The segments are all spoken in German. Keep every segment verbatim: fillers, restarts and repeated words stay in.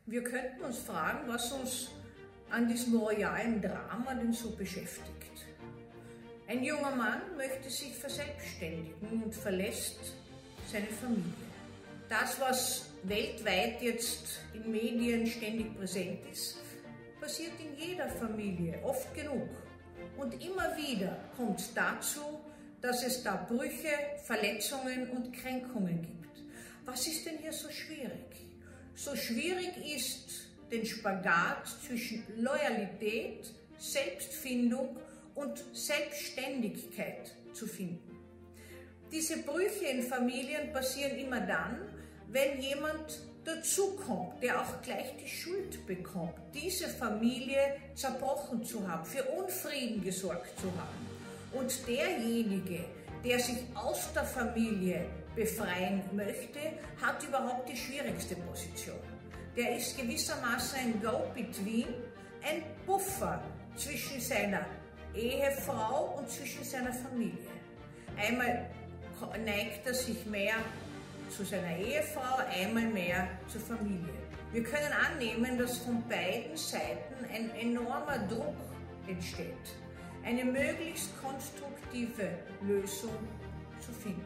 Wir könnten uns fragen, was uns an diesem royalen Drama denn so beschäftigt. Ein junger Mann möchte sich verselbstständigen und verlässt seine Familie. Das, was weltweit jetzt in Medien ständig präsent ist, passiert in jeder Familie, oft genug. Und immer wieder kommt es dazu, dass es da Brüche, Verletzungen und Kränkungen gibt. Was ist denn hier so schwierig? So schwierig ist, den Spagat zwischen Loyalität, Selbstfindung und Selbstständigkeit zu finden. Diese Brüche in Familien passieren immer dann, wenn jemand dazukommt, der auch gleich die Schuld bekommt, diese Familie zerbrochen zu haben, für Unfrieden gesorgt zu haben. Und derjenige, der sich aus der Familie befreien möchte, hat überhaupt die schwierigste Position. Der ist gewissermaßen ein Go-Between, ein Puffer zwischen seiner Ehefrau und zwischen seiner Familie. Einmal neigt er sich mehr zu seiner Ehefrau, einmal mehr zur Familie. Wir können annehmen, dass von beiden Seiten ein enormer Druck entsteht, eine möglichst konstruktive Lösung zu finden.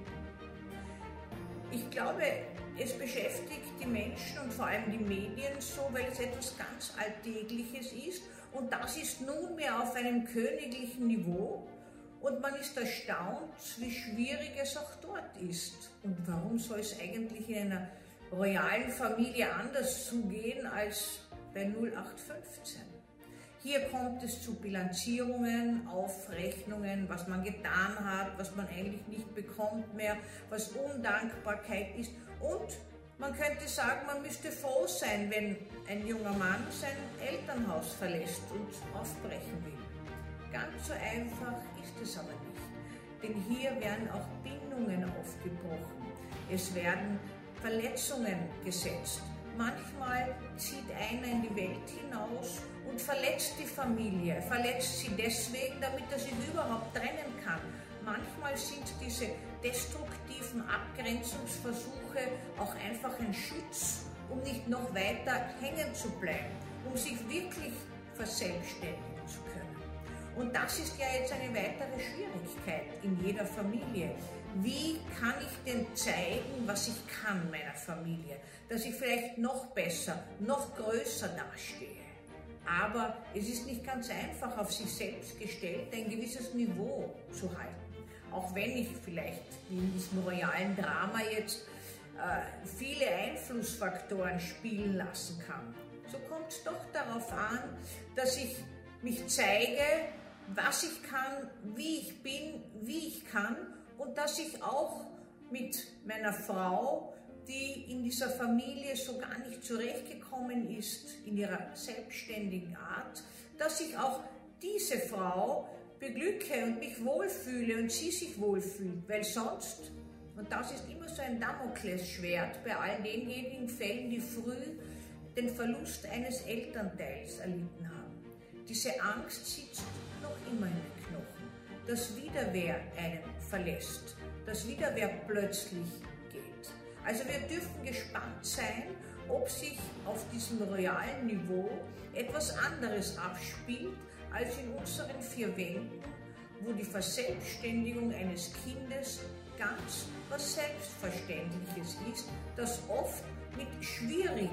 Ich glaube, es beschäftigt die Menschen und vor allem die Medien so, weil es etwas ganz Alltägliches ist und das ist nunmehr auf einem königlichen Niveau. Und man ist erstaunt, wie schwierig es auch dort ist. Und warum soll es eigentlich in einer royalen Familie anders zugehen als bei null acht fünfzehn? Hier kommt es zu Bilanzierungen, Aufrechnungen, was man getan hat, was man eigentlich nicht bekommt mehr, was Undankbarkeit ist. Und man könnte sagen, man müsste froh sein, wenn ein junger Mann sein Elternhaus verlässt und aufbrechen will. Ganz so einfach ist es aber nicht, denn hier werden auch Bindungen aufgebrochen. Es werden Verletzungen gesetzt. Manchmal zieht einer in die Welt hinaus und verletzt die Familie, verletzt sie deswegen, damit er sie überhaupt trennen kann. Manchmal sind diese destruktiven Abgrenzungsversuche auch einfach ein Schutz, um nicht noch weiter hängen zu bleiben, um sich wirklich verselbstständigen zu können. Und das ist ja jetzt eine weitere Schwierigkeit in jeder Familie. Wie kann ich denn zeigen, was ich kann meiner Familie? Dass ich vielleicht noch besser, noch größer dastehe. Aber es ist nicht ganz einfach, auf sich selbst gestellt ein gewisses Niveau zu halten. Auch wenn ich vielleicht wie in diesem royalen Drama jetzt äh, viele Einflussfaktoren spielen lassen kann. So kommt es doch darauf an, dass ich mich zeige, was ich kann, wie ich bin, wie ich kann und dass ich auch mit meiner Frau, die in dieser Familie so gar nicht zurechtgekommen ist, in ihrer selbstständigen Art, dass ich auch diese Frau beglücke und mich wohlfühle und sie sich wohlfühlt, weil sonst, und das ist immer so ein Damoklesschwert bei all denjenigen Fällen, die früh den Verlust eines Elternteils erlitten haben. Diese Angst sitzt noch immer in den Knochen, dass wieder wer einen verlässt, dass wieder wer plötzlich geht. Also wir dürfen gespannt sein, ob sich auf diesem royalen Niveau etwas anderes abspielt als in unseren vier Wänden, wo die Verselbstständigung eines Kindes ganz was Selbstverständliches ist, das oft mit schwierigen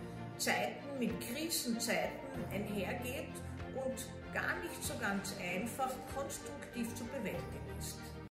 Zeiten, mit Krisenzeiten einhergeht und gar nicht so ganz einfach konstruktiv zu bewältigen ist.